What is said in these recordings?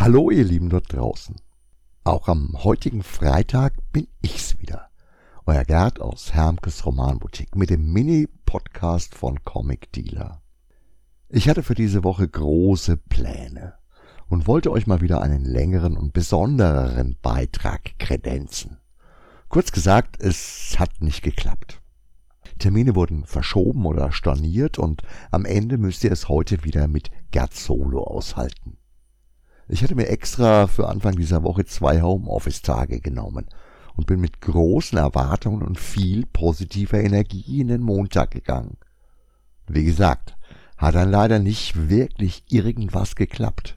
Hallo ihr Lieben dort draußen. Auch am heutigen Freitag bin ich's wieder. Euer Gerd aus Hermkes Romanboutique mit dem Mini-Podcast von Comic Dealer. Ich hatte für diese Woche große Pläne und wollte euch mal wieder einen längeren und besondereren Beitrag kredenzen. Kurz gesagt, es hat nicht geklappt. Termine wurden verschoben oder storniert und am Ende müsst ihr es heute wieder mit Gerd Solo aushalten. Ich hatte mir extra für Anfang dieser Woche 2 Homeoffice-Tage genommen und bin mit großen Erwartungen und viel positiver Energie in den Montag gegangen. Wie gesagt, hat dann leider nicht wirklich irgendwas geklappt.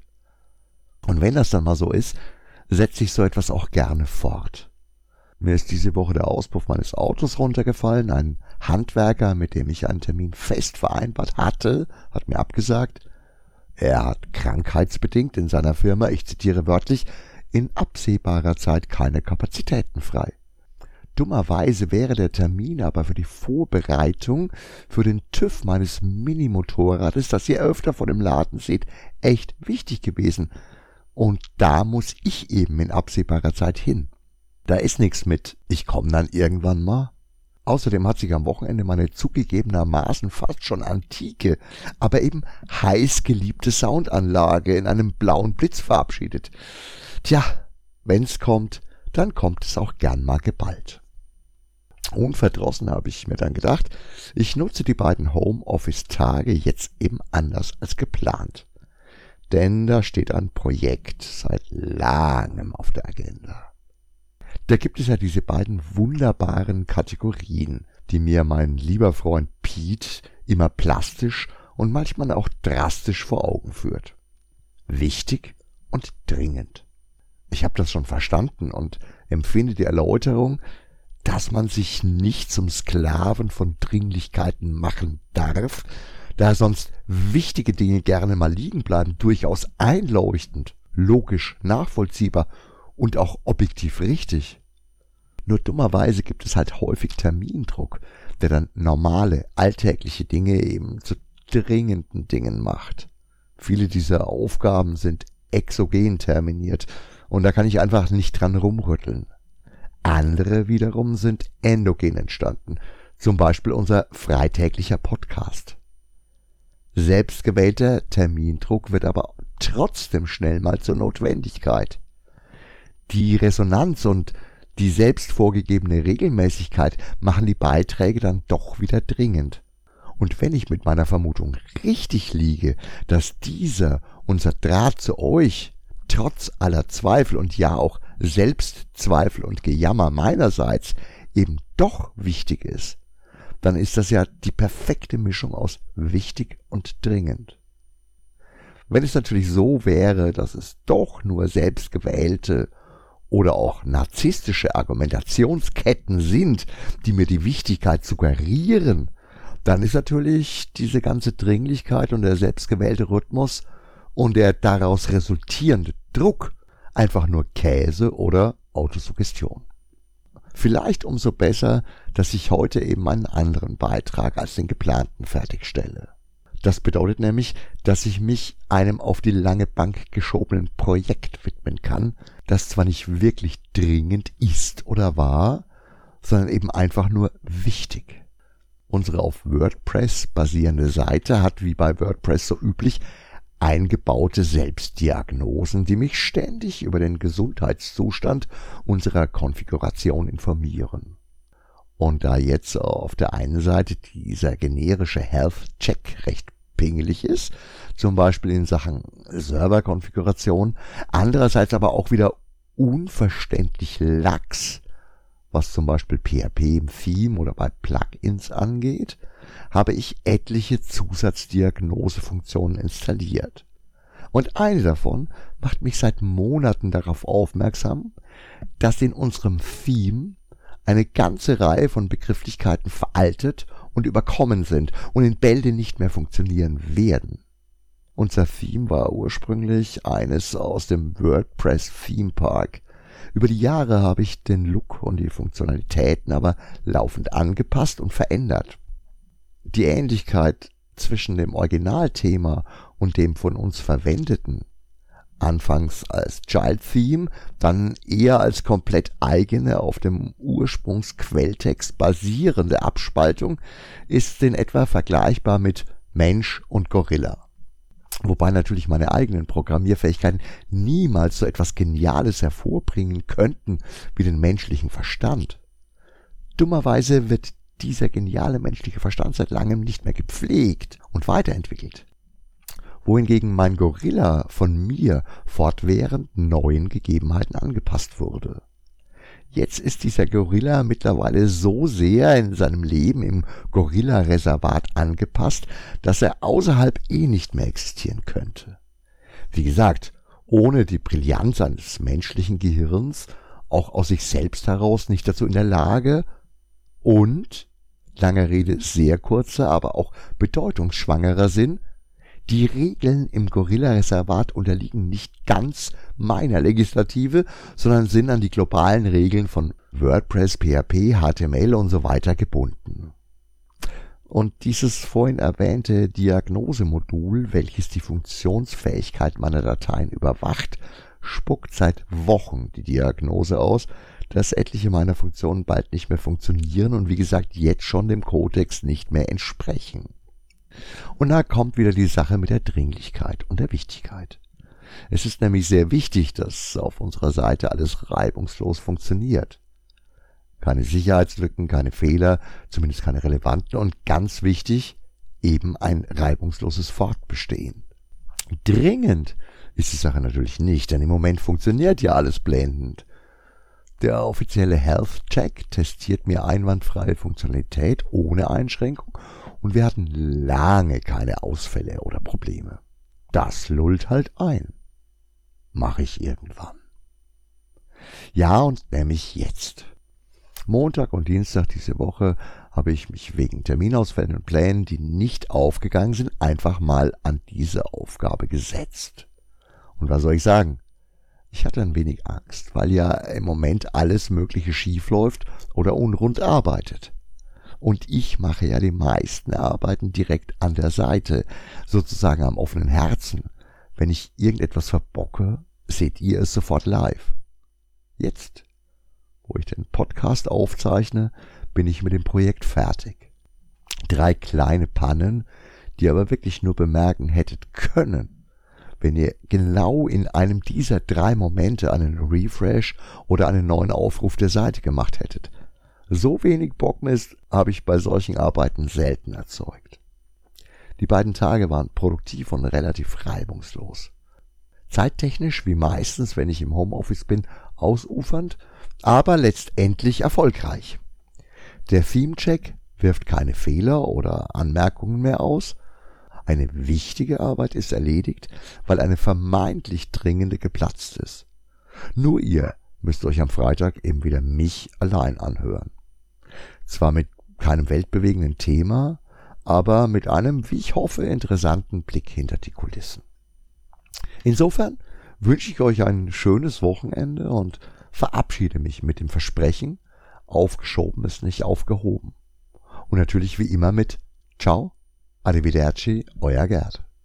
Und wenn das dann mal so ist, setze ich so etwas auch gerne fort. Mir ist diese Woche der Auspuff meines Autos runtergefallen. Ein Handwerker, mit dem ich einen Termin fest vereinbart hatte, hat mir abgesagt. Er hat krankheitsbedingt in seiner Firma, ich zitiere wörtlich, in absehbarer Zeit keine Kapazitäten frei. Dummerweise wäre der Termin aber für die Vorbereitung für den TÜV meines Minimotorrades, das ihr öfter vor dem Laden seht, echt wichtig gewesen. Und da muss ich eben in absehbarer Zeit hin. Da ist nichts mit, ich komme dann irgendwann mal. Außerdem hat sich am Wochenende meine zugegebenermaßen fast schon antike, aber eben heiß geliebte Soundanlage in einem blauen Blitz verabschiedet. Tja, wenn's kommt, dann kommt es auch gern mal geballt. Unverdrossen habe ich mir dann gedacht, ich nutze die beiden Homeoffice-Tage jetzt eben anders als geplant. Denn da steht ein Projekt seit langem auf der Agenda. Da gibt es ja diese beiden wunderbaren Kategorien, die mir mein lieber Freund Pete immer plastisch und manchmal auch drastisch vor Augen führt. Wichtig und dringend. Ich habe das schon verstanden und empfinde die Erläuterung, dass man sich nicht zum Sklaven von Dringlichkeiten machen darf, da sonst wichtige Dinge gerne mal liegen bleiben, durchaus einleuchtend, logisch nachvollziehbar und auch objektiv richtig. Nur dummerweise gibt es halt häufig Termindruck, der dann normale, alltägliche Dinge eben zu dringenden Dingen macht. Viele dieser Aufgaben sind exogen terminiert und da kann ich einfach nicht dran rumrütteln. Andere wiederum sind endogen entstanden, zum Beispiel unser freitäglicher Podcast. Selbstgewählter Termindruck wird aber trotzdem schnell mal zur Notwendigkeit. Die Resonanz und die selbst vorgegebene Regelmäßigkeit machen die Beiträge dann doch wieder dringend. Und wenn ich mit meiner Vermutung richtig liege, dass dieser, unser Draht zu euch, trotz aller Zweifel und ja auch Selbstzweifel und Gejammer meinerseits eben doch wichtig ist, dann ist das ja die perfekte Mischung aus wichtig und dringend. Wenn es natürlich so wäre, dass es doch nur selbstgewählte oder auch narzisstische Argumentationsketten sind, die mir die Wichtigkeit suggerieren, dann ist natürlich diese ganze Dringlichkeit und der selbstgewählte Rhythmus und der daraus resultierende Druck einfach nur Käse oder Autosuggestion. Vielleicht umso besser, dass ich heute eben einen anderen Beitrag als den geplanten fertigstelle. Das bedeutet nämlich, dass ich mich einem auf die lange Bank geschobenen Projekt widmen kann, das zwar nicht wirklich dringend ist oder war, sondern eben einfach nur wichtig. Unsere auf WordPress basierende Seite hat wie bei WordPress so üblich eingebaute Selbstdiagnosen, die mich ständig über den Gesundheitszustand unserer Konfiguration informieren. Und da jetzt auf der einen Seite dieser generische Health-Check recht pingelig ist, zum Beispiel in Sachen Serverkonfiguration, andererseits aber auch wieder unverständlich lax, was zum Beispiel PHP im Theme oder bei Plugins angeht, habe ich etliche Zusatzdiagnosefunktionen installiert. Und eine davon macht mich seit Monaten darauf aufmerksam, dass in unserem Theme eine ganze Reihe von Begrifflichkeiten veraltet und überkommen sind und in Bälde nicht mehr funktionieren werden. Unser Theme war ursprünglich eines aus dem WordPress Theme Park. Über die Jahre habe ich den Look und die Funktionalitäten aber laufend angepasst und verändert. Die Ähnlichkeit zwischen dem Originalthema und dem von uns verwendeten, Anfangs als Child Theme, dann eher als komplett eigene, auf dem Ursprungsquelltext basierende Abspaltung, ist in etwa vergleichbar mit Mensch und Gorilla. Wobei natürlich meine eigenen Programmierfähigkeiten niemals so etwas Geniales hervorbringen könnten wie den menschlichen Verstand. Dummerweise wird dieser geniale menschliche Verstand seit langem nicht mehr gepflegt und weiterentwickelt. Wohingegen mein Gorilla von mir fortwährend neuen Gegebenheiten angepasst wurde. Jetzt ist dieser Gorilla mittlerweile so sehr in seinem Leben im Gorilla-Reservat angepasst, dass er außerhalb nicht mehr existieren könnte. Wie gesagt, ohne die Brillanz eines menschlichen Gehirns, auch aus sich selbst heraus nicht dazu in der Lage und, lange Rede, sehr kurzer, aber auch bedeutungsschwangerer Sinn, die Regeln im Gorilla-Reservat unterliegen nicht ganz meiner Legislative, sondern sind an die globalen Regeln von WordPress, PHP, HTML und so weiter gebunden. Und dieses vorhin erwähnte Diagnosemodul, welches die Funktionsfähigkeit meiner Dateien überwacht, spuckt seit Wochen die Diagnose aus, dass etliche meiner Funktionen bald nicht mehr funktionieren und wie gesagt jetzt schon dem Kodex nicht mehr entsprechen. Und da kommt wieder die Sache mit der Dringlichkeit und der Wichtigkeit. Es ist nämlich sehr wichtig, dass auf unserer Seite alles reibungslos funktioniert. Keine Sicherheitslücken, keine Fehler, zumindest keine relevanten und ganz wichtig, eben ein reibungsloses Fortbestehen. Dringend ist die Sache natürlich nicht, denn im Moment funktioniert ja alles blendend. Der offizielle Health Check testiert mir einwandfreie Funktionalität ohne Einschränkung und wir hatten lange keine Ausfälle oder Probleme. Das lullt halt ein. Mache ich irgendwann. Ja, und nämlich jetzt. Montag und Dienstag diese Woche habe ich mich wegen Terminausfällen und Plänen, die nicht aufgegangen sind, einfach mal an diese Aufgabe gesetzt. Und was soll ich sagen? Ich hatte ein wenig Angst, weil ja im Moment alles Mögliche schief läuft oder unrund arbeitet. Und ich mache ja die meisten Arbeiten direkt an der Seite, sozusagen am offenen Herzen. Wenn ich irgendetwas verbocke, seht ihr es sofort live. Jetzt, wo ich den Podcast aufzeichne, bin ich mit dem Projekt fertig. 3 kleine Pannen, die ihr aber wirklich nur bemerken hättet können, wenn ihr genau in einem dieser 3 Momente einen Refresh oder einen neuen Aufruf der Seite gemacht hättet. So wenig Bockmist habe ich bei solchen Arbeiten selten erzeugt. Die beiden Tage waren produktiv und relativ reibungslos. Zeittechnisch, wie meistens, wenn ich im Homeoffice bin, ausufernd, aber letztendlich erfolgreich. Der Theme-Check wirft keine Fehler oder Anmerkungen mehr aus. Eine wichtige Arbeit ist erledigt, weil eine vermeintlich dringende geplatzt ist. Nur ihr müsst euch am Freitag eben wieder mich allein anhören. Zwar mit keinem weltbewegenden Thema, aber mit einem, wie ich hoffe, interessanten Blick hinter die Kulissen. Insofern wünsche ich euch ein schönes Wochenende und verabschiede mich mit dem Versprechen, aufgeschoben ist nicht aufgehoben. Und natürlich wie immer mit Ciao, Arrivederci, euer Gerd.